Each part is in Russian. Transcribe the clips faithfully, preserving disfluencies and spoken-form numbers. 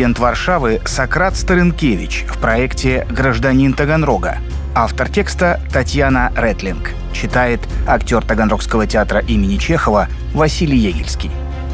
президент Варшавы Сократ Старенкевич в проекте «Гражданин Таганрога». Автор текста Татьяна Ретлинг. Читает актер Таганрогского театра имени Чехова Василий Егельский.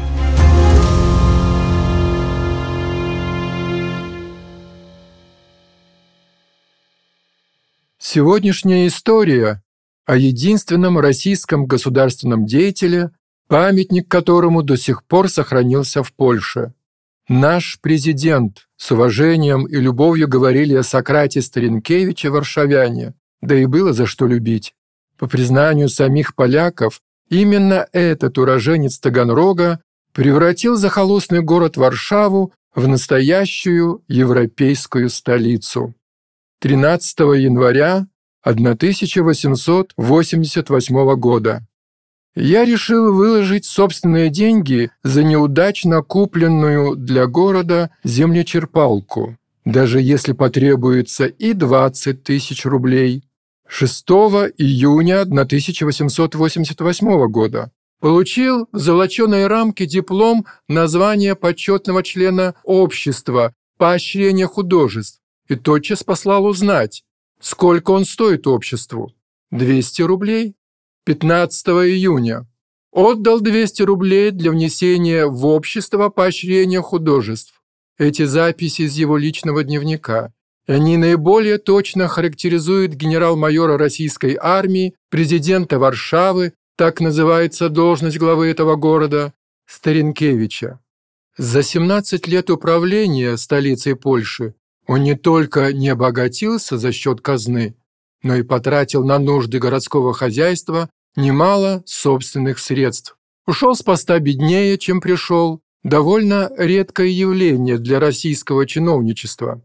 Сегодняшняя история о единственном российском государственном деятеле, памятник которому до сих пор сохранился в Польше. Наш президент, с уважением и любовью говорили о Сократе Старенкевиче варшавяне, да и было за что любить. По признанию самих поляков, именно этот уроженец Таганрога превратил захолустный город Варшаву в настоящую европейскую столицу. тринадцатого января тысяча восемьсот восемьдесят восьмого года. Я решил выложить собственные деньги за неудачно купленную для города землечерпалку, даже если потребуется и двадцать тысяч рублей. шестого июня тысяча восемьсот восемьдесят восьмого года получил в золоченой рамке диплом на звание почетного члена общества поощрения художеств и тотчас послал узнать, сколько он стоит обществу. двести рублей. пятнадцатого июня отдал двести рублей для внесения в общество поощрения художеств. Эти записи из его личного дневника. Они наиболее точно характеризуют генерал-майора российской армии, президента Варшавы, так называется должность главы этого города, Старенкевича. За семнадцать лет управления столицей Польши он не только не обогатился за счет казны, но и потратил на нужды городского хозяйства немало собственных средств. Ушел с поста беднее, чем пришел. Довольно редкое явление для российского чиновничества.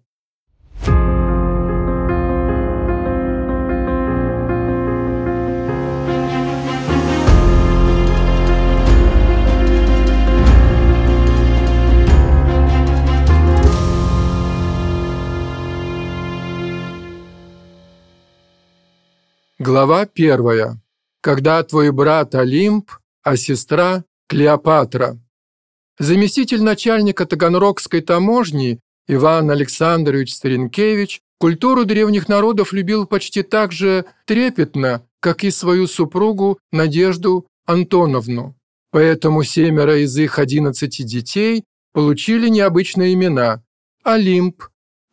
Глава первая. Когда твой брат Олимп, а сестра Клеопатра. Заместитель начальника Таганрогской таможни Иван Александрович Старенкевич культуру древних народов любил почти так же трепетно, как и свою супругу Надежду Антоновну. Поэтому семеро из их одиннадцати детей получили необычные имена: Олимп,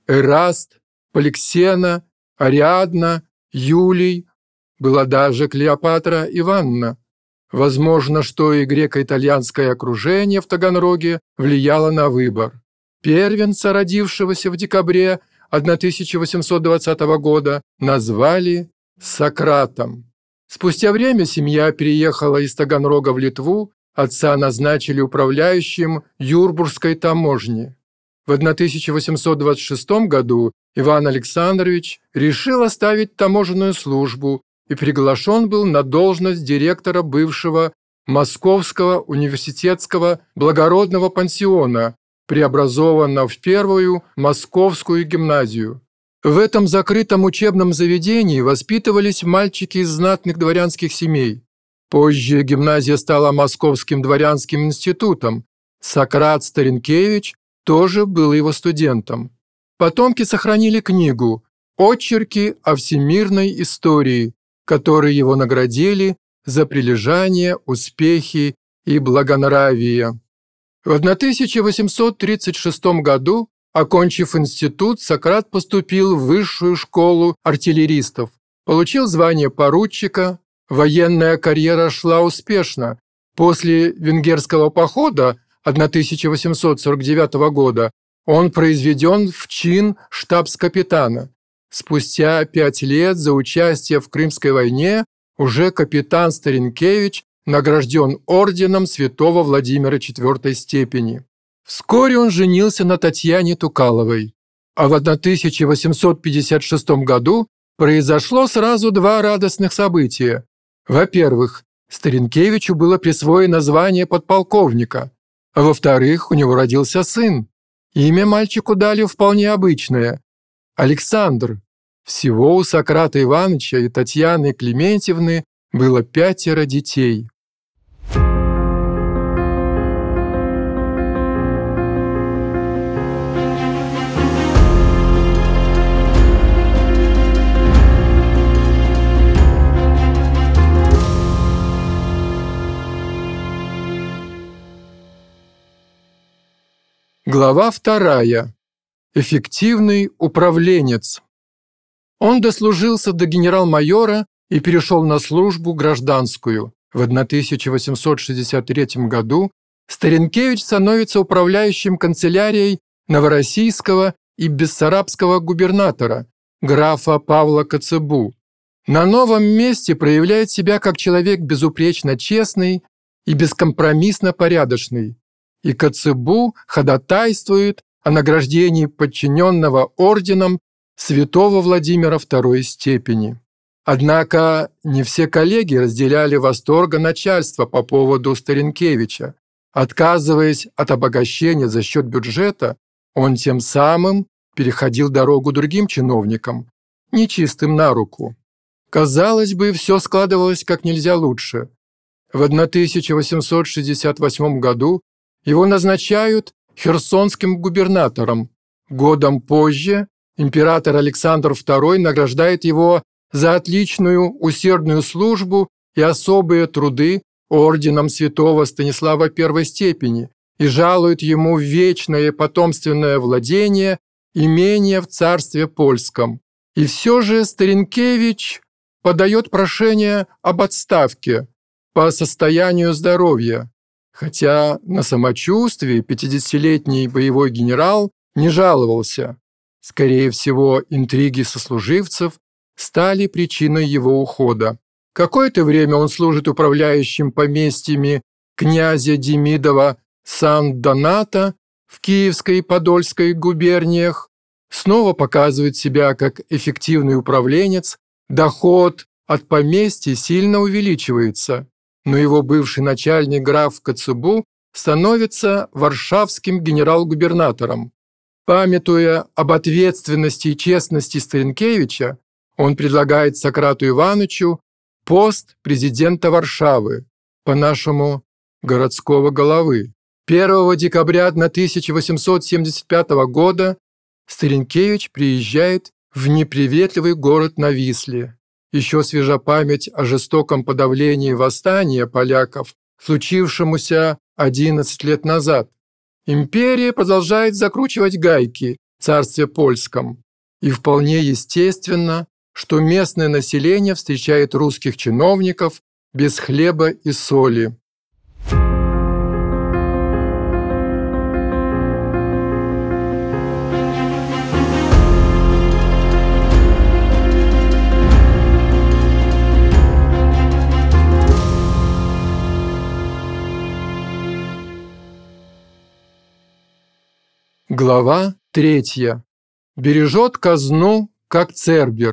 Эраст, Поликсена, Ариадна, Юлий. Была даже Клеопатра Ивановна. Возможно, что и греко-итальянское окружение в Таганроге влияло на выбор. Первенца, родившегося в декабре тысяча восемьсот двадцатого года, назвали Сократом. Спустя время семья переехала из Таганрога в Литву, отца назначили управляющим Юрбургской таможни. В тысяча восемьсот двадцать шестом году Иван Александрович решил оставить таможенную службу и приглашен был на должность директора бывшего Московского университетского благородного пансиона, преобразованного в первую Московскую гимназию. В этом закрытом учебном заведении воспитывались мальчики из знатных дворянских семей. Позже гимназия стала Московским дворянским институтом. Сократ Старенкевич тоже был его студентом. Потомки сохранили книгу «Очерки о всемирной истории», которые его наградили за прилежание, успехи и благонравие. В тысяча восемьсот тридцать шестом году, окончив институт, Сократ поступил в высшую школу артиллеристов, получил звание поручика, военная карьера шла успешно. После венгерского похода тысяча восемьсот сорок девятого года он произведен в чин штабс-капитана. Спустя пять лет за участие в Крымской войне уже капитан Старенкевич награжден орденом святого Владимира четвертой степени. Вскоре он женился на Татьяне Тукаловой, а в тысяча восемьсот пятьдесят шестом году произошло сразу два радостных события. Во-первых, Старенкевичу было присвоено звание подполковника, а во-вторых, у него родился сын. Имя мальчику дали вполне обычное – Александр. Всего у Сократа Ивановича и Татьяны Клементьевны было пятеро детей. Глава вторая. Эффективный управленец. Он дослужился до генерал-майора и перешел на службу гражданскую. В тысяча восемьсот шестьдесят третьем году Старенкевич становится управляющим канцелярией новороссийского и бессарабского губернатора, графа Павла Коцебу. На новом месте проявляет себя как человек безупречно честный и бескомпромиссно порядочный. И Коцебу ходатайствует о награждении подчиненного орденом святого Владимира второй степени. Однако не все коллеги разделяли восторга начальства по поводу Старенкевича. Отказываясь от обогащения за счет бюджета, он тем самым переходил дорогу другим чиновникам, нечистым на руку. Казалось бы, все складывалось как нельзя лучше. В тысяча восемьсот шестьдесят восьмом году его назначают херсонским губернатором. Годом позже император Александр второй награждает его за отличную усердную службу и особые труды орденом святого Станислава первой степени и жалует ему вечное потомственное владение, имение в царстве польском. И все же Старенкевич подает прошение об отставке по состоянию здоровья, хотя на самочувствие пятидесятилетний боевой генерал не жаловался. Скорее всего, интриги сослуживцев стали причиной его ухода. Какое-то время он служит управляющим поместьями князя Демидова Сан-Доната в Киевской и Подольской губерниях, снова показывает себя как эффективный управленец, доход от поместья сильно увеличивается, но его бывший начальник граф Коцебу становится варшавским генерал-губернатором. Памятуя об ответственности и честности Старенкевича, он предлагает Сократу Ивановичу пост президента Варшавы, по-нашему городского головы. первого декабря тысяча восемьсот семьдесят пятого года Старенкевич приезжает в неприветливый город на Висле. Еще свежа память о жестоком подавлении восстания поляков, случившемуся одиннадцать лет назад. Империя продолжает закручивать гайки в царстве польском. И вполне естественно, что местное население встречает русских чиновников без хлеба и соли. Глава третья. Бережет казну, как Цербер.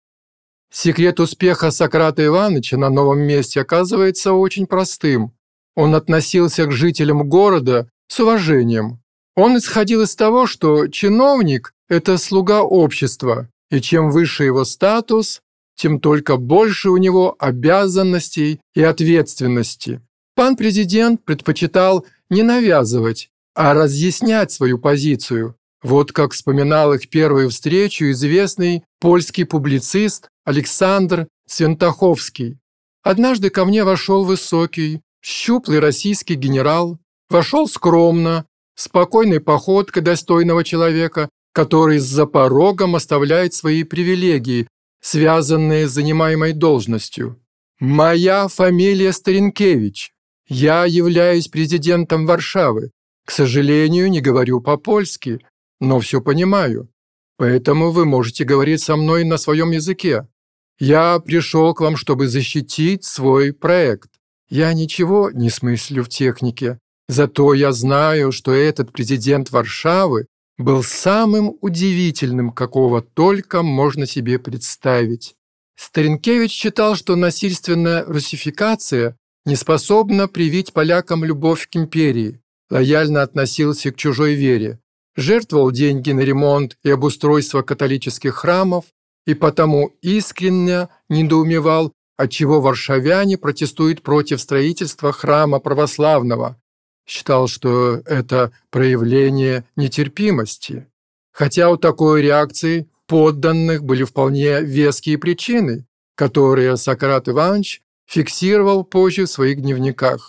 Секрет успеха Сократа Ивановича на новом месте оказывается очень простым. Он относился к жителям города с уважением. Он исходил из того, что чиновник – это слуга общества, и чем выше его статус, тем только больше у него обязанностей и ответственности. Пан президент предпочитал не навязывать, а разъяснять свою позицию. Вот как вспоминал их первую встречу известный польский публицист Александр Свентаховский. «Однажды ко мне вошел высокий, щуплый российский генерал, вошел скромно, спокойной походкой достойного человека, который за порогом оставляет свои привилегии, связанные с занимаемой должностью. Моя фамилия Старенкевич. Я являюсь президентом Варшавы. К сожалению, не говорю по-польски, но все понимаю. Поэтому вы можете говорить со мной на своем языке. Я пришел к вам, чтобы защитить свой проект. Я ничего не смыслю в технике. Зато я знаю, что этот президент Варшавы был самым удивительным, какого только можно себе представить». Старенкевич считал, что насильственная русификация не способна привить полякам любовь к империи, лояльно относился к чужой вере, жертвовал деньги на ремонт и обустройство католических храмов и потому искренне недоумевал, отчего варшавяне протестуют против строительства храма православного. Считал, что это проявление нетерпимости. Хотя у такой реакции подданных были вполне веские причины, которые Сократ Иванович фиксировал позже в своих дневниках.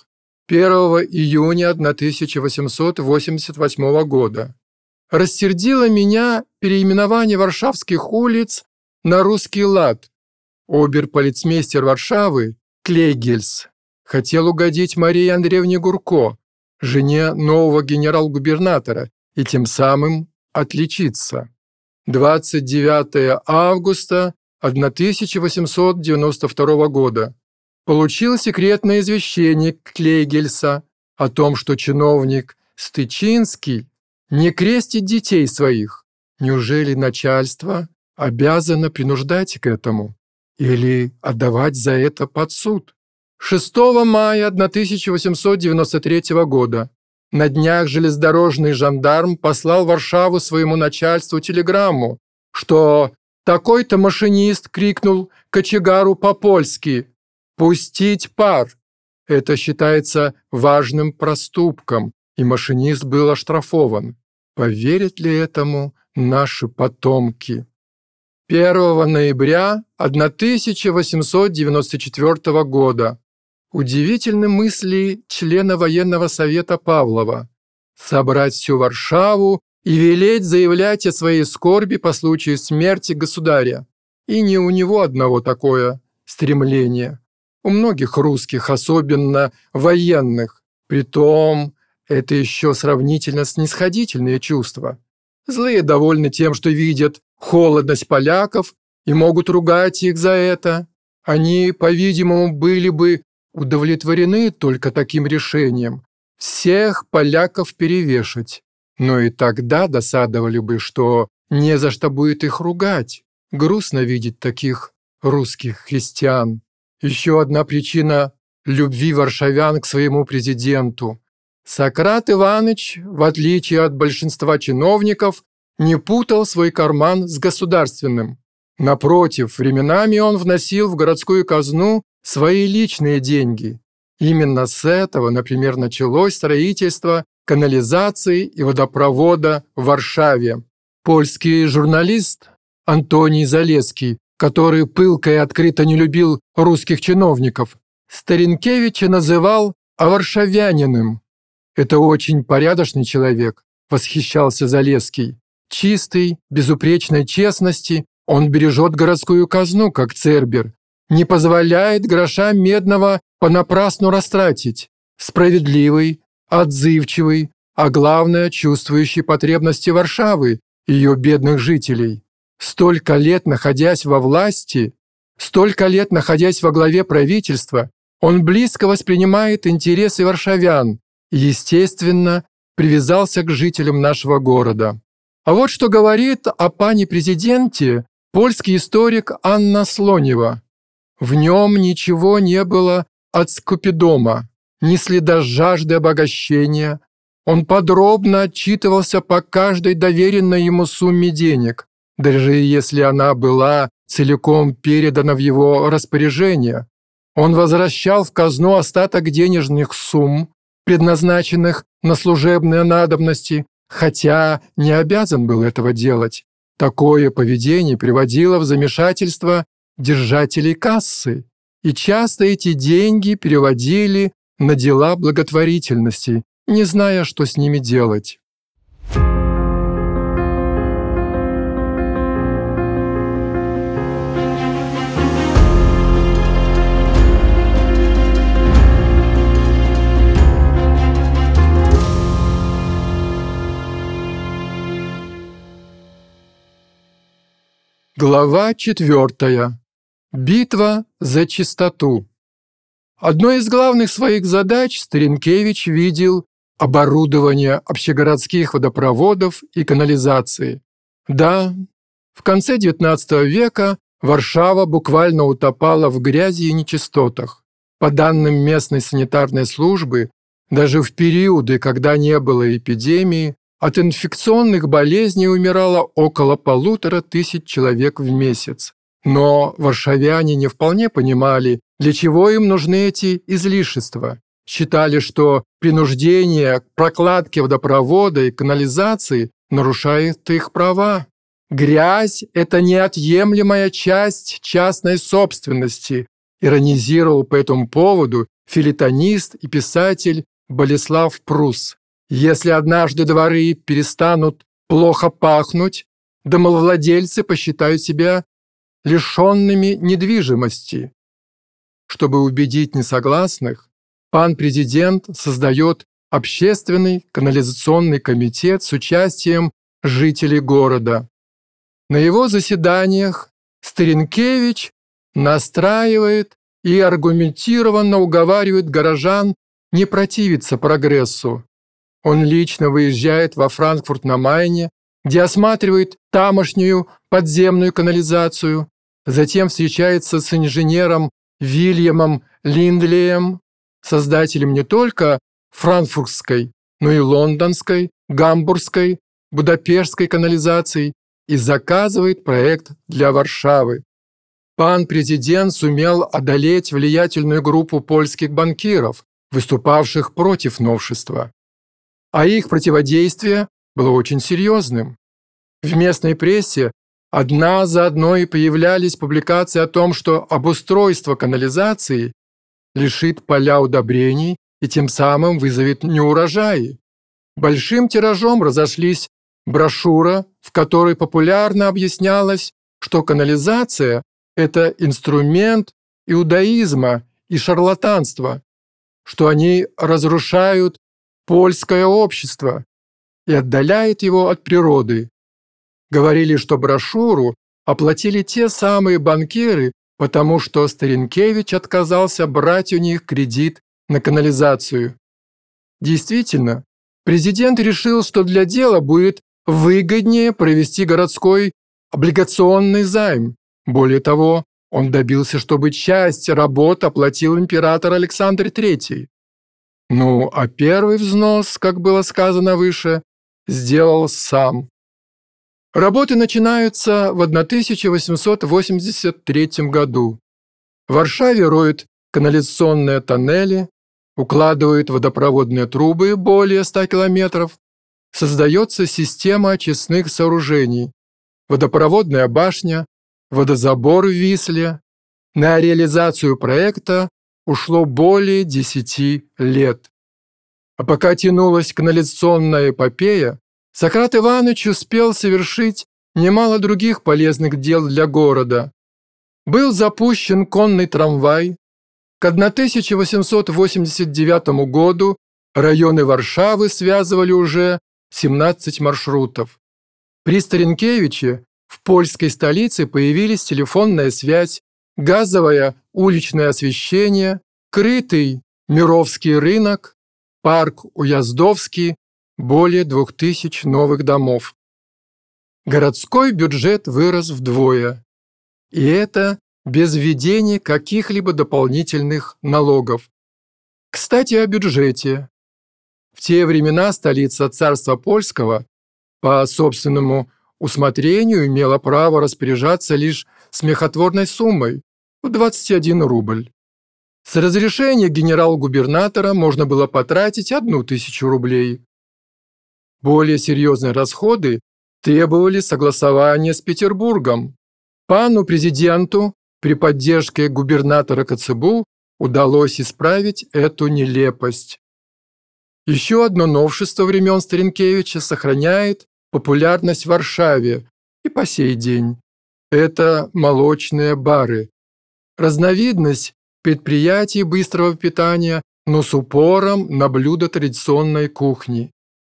первого июня тысяча восемьсот восемьдесят восьмого года. Рассердило меня переименование варшавских улиц на русский лад. Обер-полицмейстер Варшавы Клейгельс хотел угодить Марии Андреевне Гурко, жене нового генерал-губернатора, и тем самым отличиться. двадцать девятого августа тысяча восемьсот девяносто второго года. Получил секретное извещение Клейгельса о том, что чиновник Стычинский не крестит детей своих. Неужели начальство обязано принуждать к этому или отдавать за это под суд? шестого мая тысяча восемьсот девяносто третьего года на днях железнодорожный жандарм послал в Варшаву своему начальству телеграмму, что такой-то машинист крикнул кочегару по-польски «Пустить пар!». Это считается важным проступком, и машинист был оштрафован. Поверят ли этому наши потомки? первого ноября тысяча восемьсот девяносто четвёртого года. Удивительны мысли члена военного совета Павлова собрать всю Варшаву и велеть заявлять о своей скорби по случаю смерти государя. И не у него одного такое стремление. У многих русских, особенно военных. Притом, это еще сравнительно снисходительные чувства. Злые довольны тем, что видят холодность поляков и могут ругать их за это. Они, по-видимому, были бы удовлетворены только таким решением – всех поляков перевешать. Но и тогда досадовали бы, что не за что будет их ругать. Грустно видеть таких русских христиан. Еще одна причина любви варшавян к своему президенту. Сократ Иванович, в отличие от большинства чиновников, не путал свой карман с государственным. Напротив, временами он вносил в городскую казну свои личные деньги. Именно с этого, например, началось строительство канализации и водопровода в Варшаве. Польский журналист Антоний Залеский, который пылко и открыто не любил русских чиновников, Старинкевича называл «аваршавяниным». «Это очень порядочный человек», – восхищался Залеский. «Чистый, безупречной честности, он бережет городскую казну, как Цербер, не позволяет гроша медного понапрасну растратить, справедливый, отзывчивый, а главное, чувствующий потребности Варшавы, ее бедных жителей. Столько лет находясь во власти, столько лет находясь во главе правительства, он близко воспринимает интересы варшавян и, естественно, привязался к жителям нашего города». А вот что говорит о пане-президенте польский историк Анна Слонева. В нем ничего не было от скупидома, ни следа жажды обогащения. Он подробно отчитывался по каждой доверенной ему сумме денег, даже если она была целиком передана в его распоряжение. Он возвращал в казну остаток денежных сумм, предназначенных на служебные надобности, хотя не обязан был этого делать. Такое поведение приводило в замешательство держателей кассы, и часто эти деньги переводили на дела благотворительности, не зная, что с ними делать. Глава четвертая. Битва за чистоту. Одной из главных своих задач Старинкевич видел оборудование общегородских водопроводов и канализации. Да, в конце девятнадцатого века Варшава буквально утопала в грязи и нечистотах. По данным местной санитарной службы, даже в периоды, когда не было эпидемии, от инфекционных болезней умирало около полутора тысяч человек в месяц. Но варшавяне не вполне понимали, для чего им нужны эти излишества. Считали, что принуждение к прокладке водопровода и канализации нарушает их права. Грязь – это неотъемлемая часть частной собственности, иронизировал по этому поводу фельетонист и писатель Болеслав Прус. Если однажды дворы перестанут плохо пахнуть, домовладельцы посчитают себя лишенными недвижимости. Чтобы убедить несогласных, пан президент создает общественный канализационный комитет с участием жителей города. На его заседаниях Старенкевич настраивает и аргументированно уговаривает горожан не противиться прогрессу. Он лично выезжает во Франкфурт на Майне, где осматривает тамошнюю подземную канализацию, затем встречается с инженером Вильямом Линдлеем, создателем не только франкфуртской, но и лондонской, гамбургской, будапештской канализаций, и заказывает проект для Варшавы. Пан президент сумел одолеть влиятельную группу польских банкиров, выступавших против новшества. А их противодействие было очень серьезным. В местной прессе одна за одной появлялись публикации о том, что обустройство канализации лишит поля удобрений и тем самым вызовет неурожаи. Большим тиражом разошлись брошюра, в которой популярно объяснялось, что канализация – это инструмент иудаизма и шарлатанства, что они разрушают польское общество и отдаляют его от природы. Говорили, что брошюру оплатили те самые банкиры, потому что Старенкевич отказался брать у них кредит на канализацию. Действительно, президент решил, что для дела будет выгоднее провести городской облигационный займ. Более того, он добился, чтобы часть работ оплатил император Александр Третий. Ну, а первый взнос, как было сказано выше, сделал сам. Работы начинаются в тысяча восемьсот восемьдесят третьем году. В Варшаве роют канализационные тоннели, укладывают водопроводные трубы более ста километров, создается система очистных сооружений, водопроводная башня, водозабор в Висле. На реализацию проекта ушло более десяти лет. А пока тянулась канализационная эпопея, Сократ Иванович успел совершить немало других полезных дел для города. Был запущен конный трамвай. К тысяча восемьсот восемьдесят девятому году районы Варшавы связывали уже семнадцать маршрутов. При Старенкевиче в польской столице появились телефонная связь, газовое уличное освещение, крытый Мировский рынок, парк Уяздовский, более двух тысяч новых домов. Городской бюджет вырос вдвое. И это без введения каких-либо дополнительных налогов. Кстати, о бюджете. В те времена столица царства польского по собственному усмотрению имела право распоряжаться лишь смехотворной суммой в двадцать один рубль. С разрешения генерал-губернатора можно было потратить одну тысячу рублей. Более серьезные расходы требовали согласования с Петербургом. Пану президенту при поддержке губернатора Коцебу удалось исправить эту нелепость. Еще одно новшество времен Старенкевича сохраняет популярность в Варшаве и по сей день. Это молочные бары. Разновидность предприятий быстрого питания, но с упором на блюда традиционной кухни.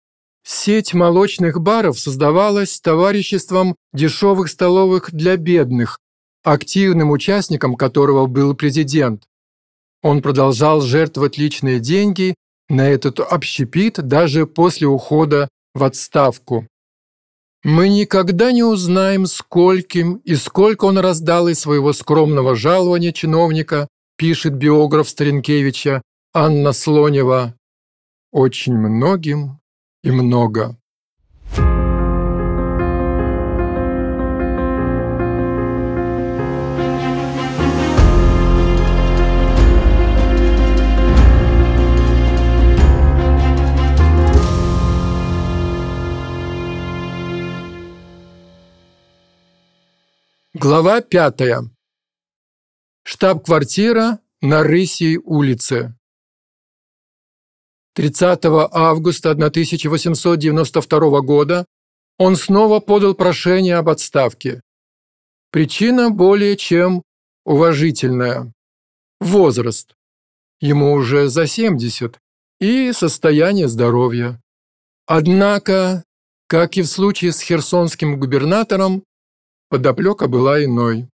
Сеть молочных баров создавалась товариществом дешевых столовых для бедных, активным участником которого был президент. Он продолжал жертвовать личные деньги на этот общепит даже после ухода в отставку. Мы никогда не узнаем, скольким и сколько он раздал из своего скромного жалования чиновника, пишет биограф Старенкевича Анна Слонева. Очень многим и много. Глава пятая. Штаб-квартира на Рысьей улице. тридцатого августа тысяча восемьсот девяносто второго года он снова подал прошение об отставке. Причина более чем уважительная. Возраст. Ему уже за семьдесят. И состояние здоровья. Однако, как и в случае с херсонским губернатором, подоплека была иной.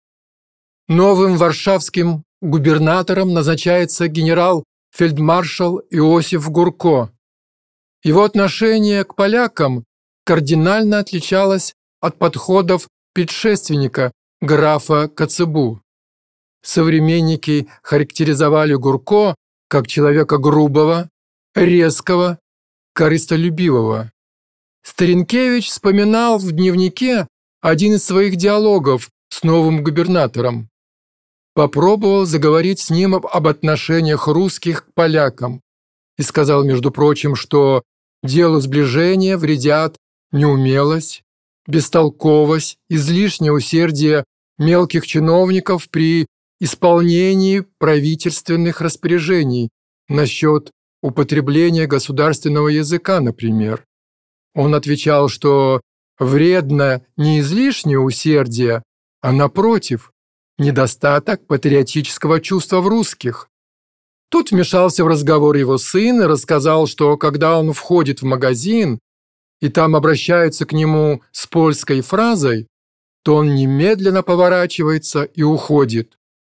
Новым варшавским губернатором назначается генерал-фельдмаршал Иосиф Гурко. Его отношение к полякам кардинально отличалось от подходов предшественника графа Коцебу. Современники характеризовали Гурко как человека грубого, резкого, корыстолюбивого. Старинкевич вспоминал в дневнике один из своих диалогов с новым губернатором. Попробовал заговорить с ним об отношениях русских к полякам и сказал, между прочим, что делу сближения вредят неумелость, бестолковость, излишнее усердие мелких чиновников при исполнении правительственных распоряжений насчет употребления государственного языка, например. Он отвечал, что вредно не излишнее усердие, а, напротив, недостаток патриотического чувства в русских. Тут вмешался в разговор его сын и рассказал, что когда он входит в магазин, и там обращаются к нему с польской фразой, то он немедленно поворачивается и уходит.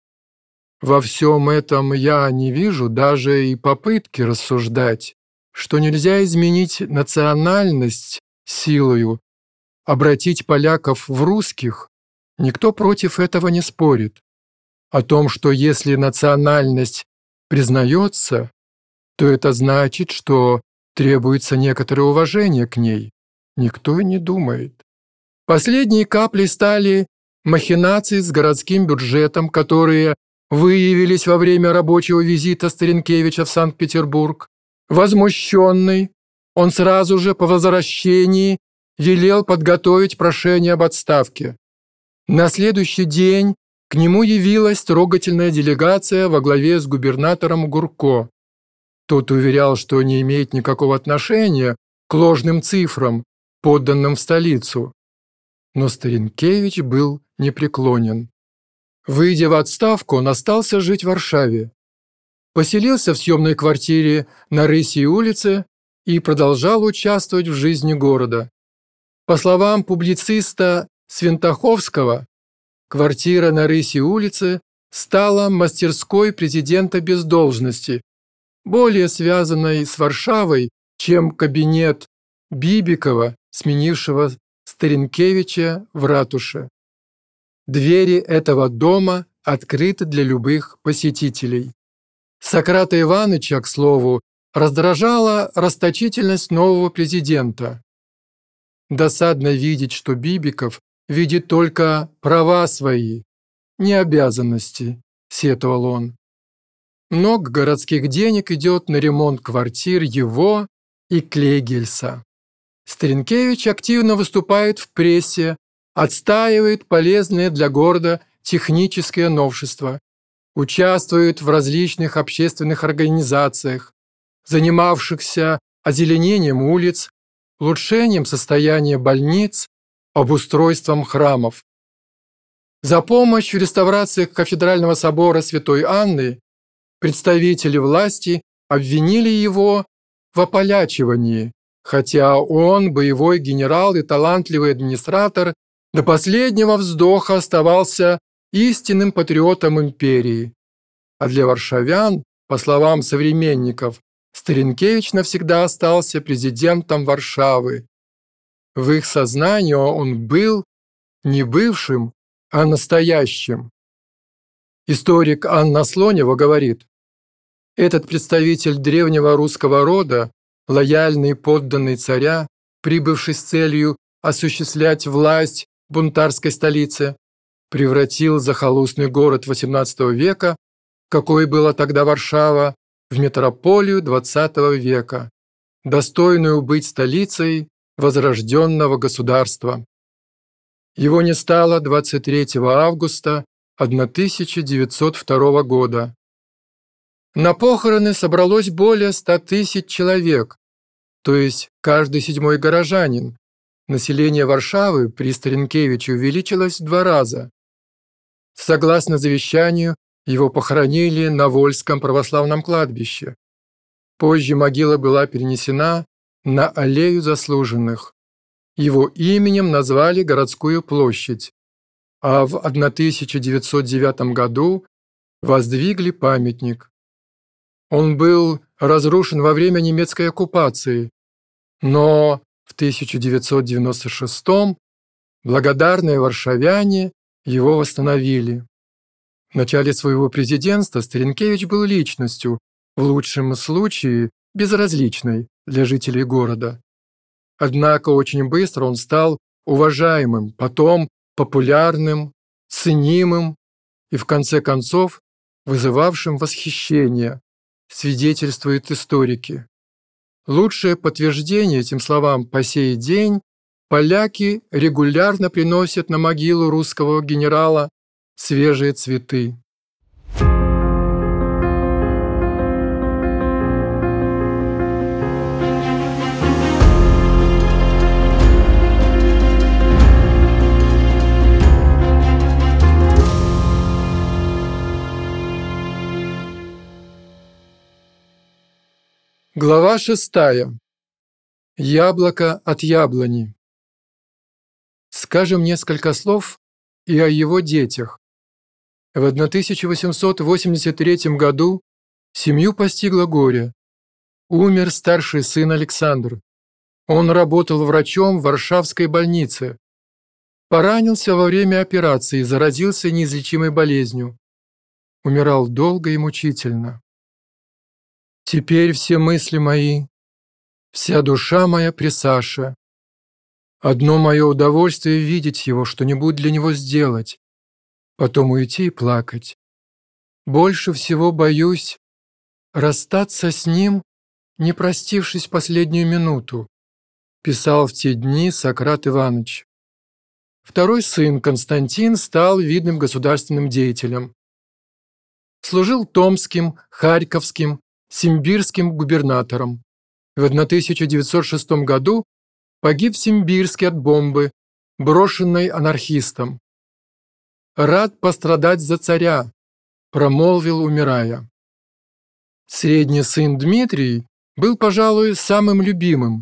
Во всем этом я не вижу даже и попытки рассуждать, что нельзя изменить национальность силою, обратить поляков в русских. Никто против этого не спорит. О том, что если национальность признается, то это значит, что требуется некоторое уважение к ней. Никто и не думает. Последней каплей стали махинации с городским бюджетом, которые выявились во время рабочего визита Старинкевича в Санкт-Петербург. Возмущенный, он сразу же по возвращении велел подготовить прошение об отставке. На следующий день к нему явилась трогательная делегация во главе с губернатором Гурко. Тот уверял, что не имеет никакого отношения к ложным цифрам, подданным в столицу. Но Старинкевич был непреклонен. Выйдя в отставку, он остался жить в Варшаве. Поселился в съемной квартире на Рысьей улице и продолжал участвовать в жизни города. По словам публициста Свинтаховского, квартира на Рысьей улице стала мастерской президента без должности, более связанной с Варшавой, чем кабинет Бибикова, сменившего Старинкевича в ратуше. Двери этого дома открыты для любых посетителей. Сократа Иваныча, к слову, раздражала расточительность нового президента. Досадно видеть, что Бибиков видит только права свои, не обязанности, сетовал он. Много городских денег идет на ремонт квартир его и Клейгельса. Старинкевич активно выступает в прессе, отстаивает полезные для города технические новшества, участвует в различных общественных организациях, занимавшихся озеленением улиц, улучшением состояния больниц, обустройством храмов. За помощь в реставрациях кафедрального собора Святой Анны представители власти обвинили его в ополячивании, хотя он, боевой генерал и талантливый администратор, до последнего вздоха оставался истинным патриотом империи. А для варшавян, по словам современников, Старинкевич навсегда остался президентом Варшавы. В их сознании он был не бывшим, а настоящим. Историк Анна Слонева говорит, этот представитель древнего русского рода, лояльный подданный царя, прибывший с целью осуществлять власть в бунтарской столице, превратил захолустный город восемнадцатого века, какой была тогда Варшава, в метрополию двадцатого века, достойную быть столицей возрожденного государства. Его не стало двадцать третьего августа тысяча девятьсот второго года. На похороны собралось более ста тысяч человек, то есть каждый седьмой горожанин. Население Варшавы при Старенкевиче увеличилось в два раза. Согласно завещанию, его похоронили на Вольском православном кладбище. Позже могила была перенесена на аллею заслуженных. Его именем назвали городскую площадь, а в тысяча девятьсот девятом году воздвигли памятник. Он был разрушен во время немецкой оккупации, но в тысяча девятьсот девяносто шестом благодарные варшавяне его восстановили. В начале своего президентства Старенкевич был личностью, в лучшем случае безразличной для жителей города. Однако очень быстро он стал уважаемым, потом популярным, ценимым и в конце концов вызывавшим восхищение, свидетельствуют историки. Лучшее подтверждение этим словам по сей день поляки регулярно приносят на могилу русского генерала свежие цветы. Глава шестая. Яблоко от яблони. Скажем несколько слов и о его детях. В тысяча восемьсот восемьдесят третьем году семью постигло горе. Умер старший сын Александр. Он работал врачом в Варшавской больнице. Поранился во время операции и заразился неизлечимой болезнью. Умирал долго и мучительно. Теперь все мысли мои, вся душа моя при Саше. Одно мое удовольствие видеть его, что-нибудь для него сделать, потом уйти и плакать. Больше всего боюсь расстаться с ним, не простившись в последнюю минуту, писал в те дни Сократ Иванович. Второй сын Константин стал видным государственным деятелем. Служил томским, харьковским, симбирским губернатором. В тысяча девятьсот шестом году погиб в Симбирске от бомбы, брошенной анархистом. «Рад пострадать за царя», – промолвил, умирая. Средний сын Дмитрий был, пожалуй, самым любимым.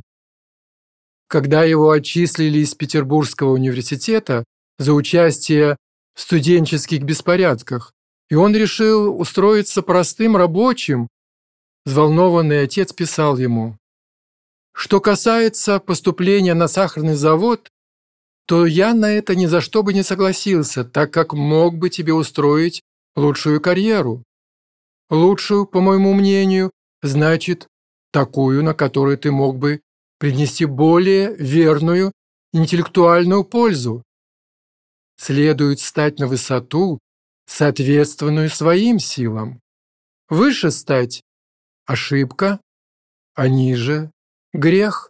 Когда его отчислили из Петербургского университета за участие в студенческих беспорядках, и он решил устроиться простым рабочим, взволнованный отец писал ему: «Что касается поступления на сахарный завод, то я на это ни за что бы не согласился, так как мог бы тебе устроить лучшую карьеру. Лучшую, по моему мнению, значит, такую, на которую ты мог бы принести более верную интеллектуальную пользу. Следует стать на высоту, соответственную своим силам. Выше стать – ошибка, а ниже – грех».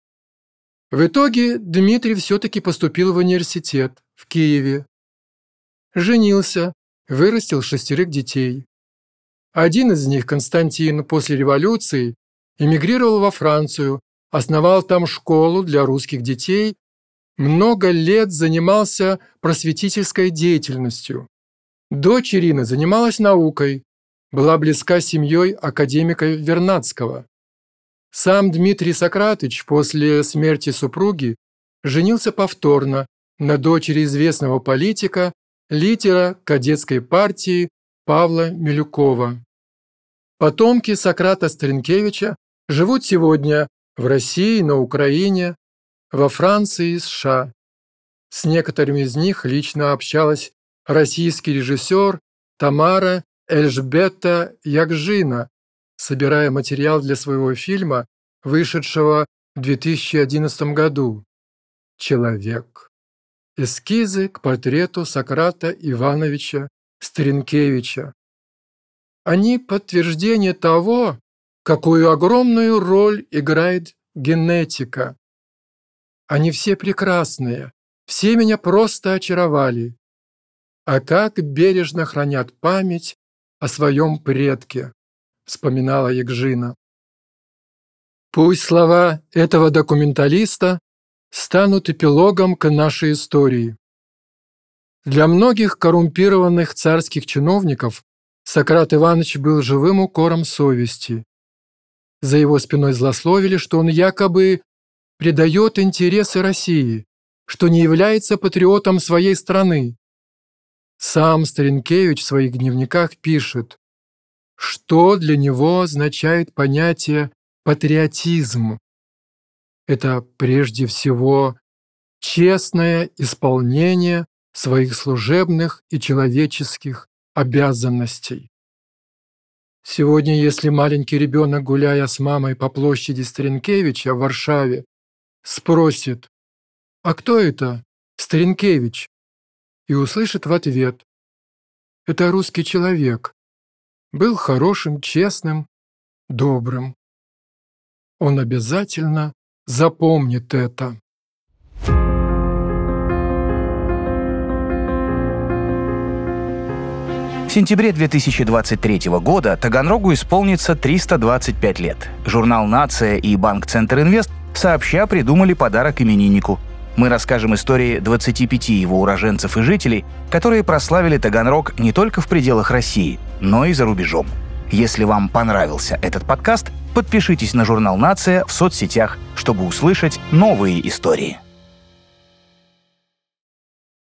В итоге Дмитрий все-таки поступил в университет в Киеве. Женился, вырастил шестерых детей. Один из них, Константин, после революции эмигрировал во Францию, основал там школу для русских детей, много лет занимался просветительской деятельностью. Дочь Ирина занималась наукой, была близка с семьей академика Вернадского. Сам Дмитрий Сократыч после смерти супруги женился повторно на дочери известного политика, лидера кадетской партии Павла Милюкова. Потомки Сократа Старенкевича живут сегодня в России, на Украине, во Франции и США. С некоторыми из них лично общалась российский режиссер Тамара Эльжбета Ягжина, собирая материал для своего фильма, вышедшего в две тысячи одиннадцатом году «Человек». Эскизы к портрету Сократа Ивановича Старенкевича. Они подтверждение того, какую огромную роль играет генетика. Они все прекрасные, все меня просто очаровали. А как бережно хранят память о своем предке. вспоминала Ягжина. Пусть слова этого документалиста станут эпилогом к нашей истории. Для многих коррумпированных царских чиновников Сократ Иванович был живым укором совести. За его спиной злословили, что он якобы предает интересы России, что не является патриотом своей страны. Сам Старенкевич в своих дневниках пишет, что для него означает понятие патриотизм. Это прежде всего честное исполнение своих служебных и человеческих обязанностей. Сегодня, если маленький ребенок, гуляя с мамой по площади Старенкевича в Варшаве, спросит: «А кто это, Старенкевич?» и услышит в ответ: «Это русский человек, был хорошим, честным, добрым». Он обязательно запомнит это. В сентябре две тысячи двадцать третьего года Таганрогу исполнится триста двадцать пять лет. Журнал «Нация» и банк «Центр Инвест» сообща придумали подарок имениннику. Мы расскажем истории двадцати пяти его уроженцев и жителей, которые прославили Таганрог не только в пределах России, но и за рубежом. Если вам понравился этот подкаст, подпишитесь на журнал «Нация» в соцсетях, чтобы услышать новые истории.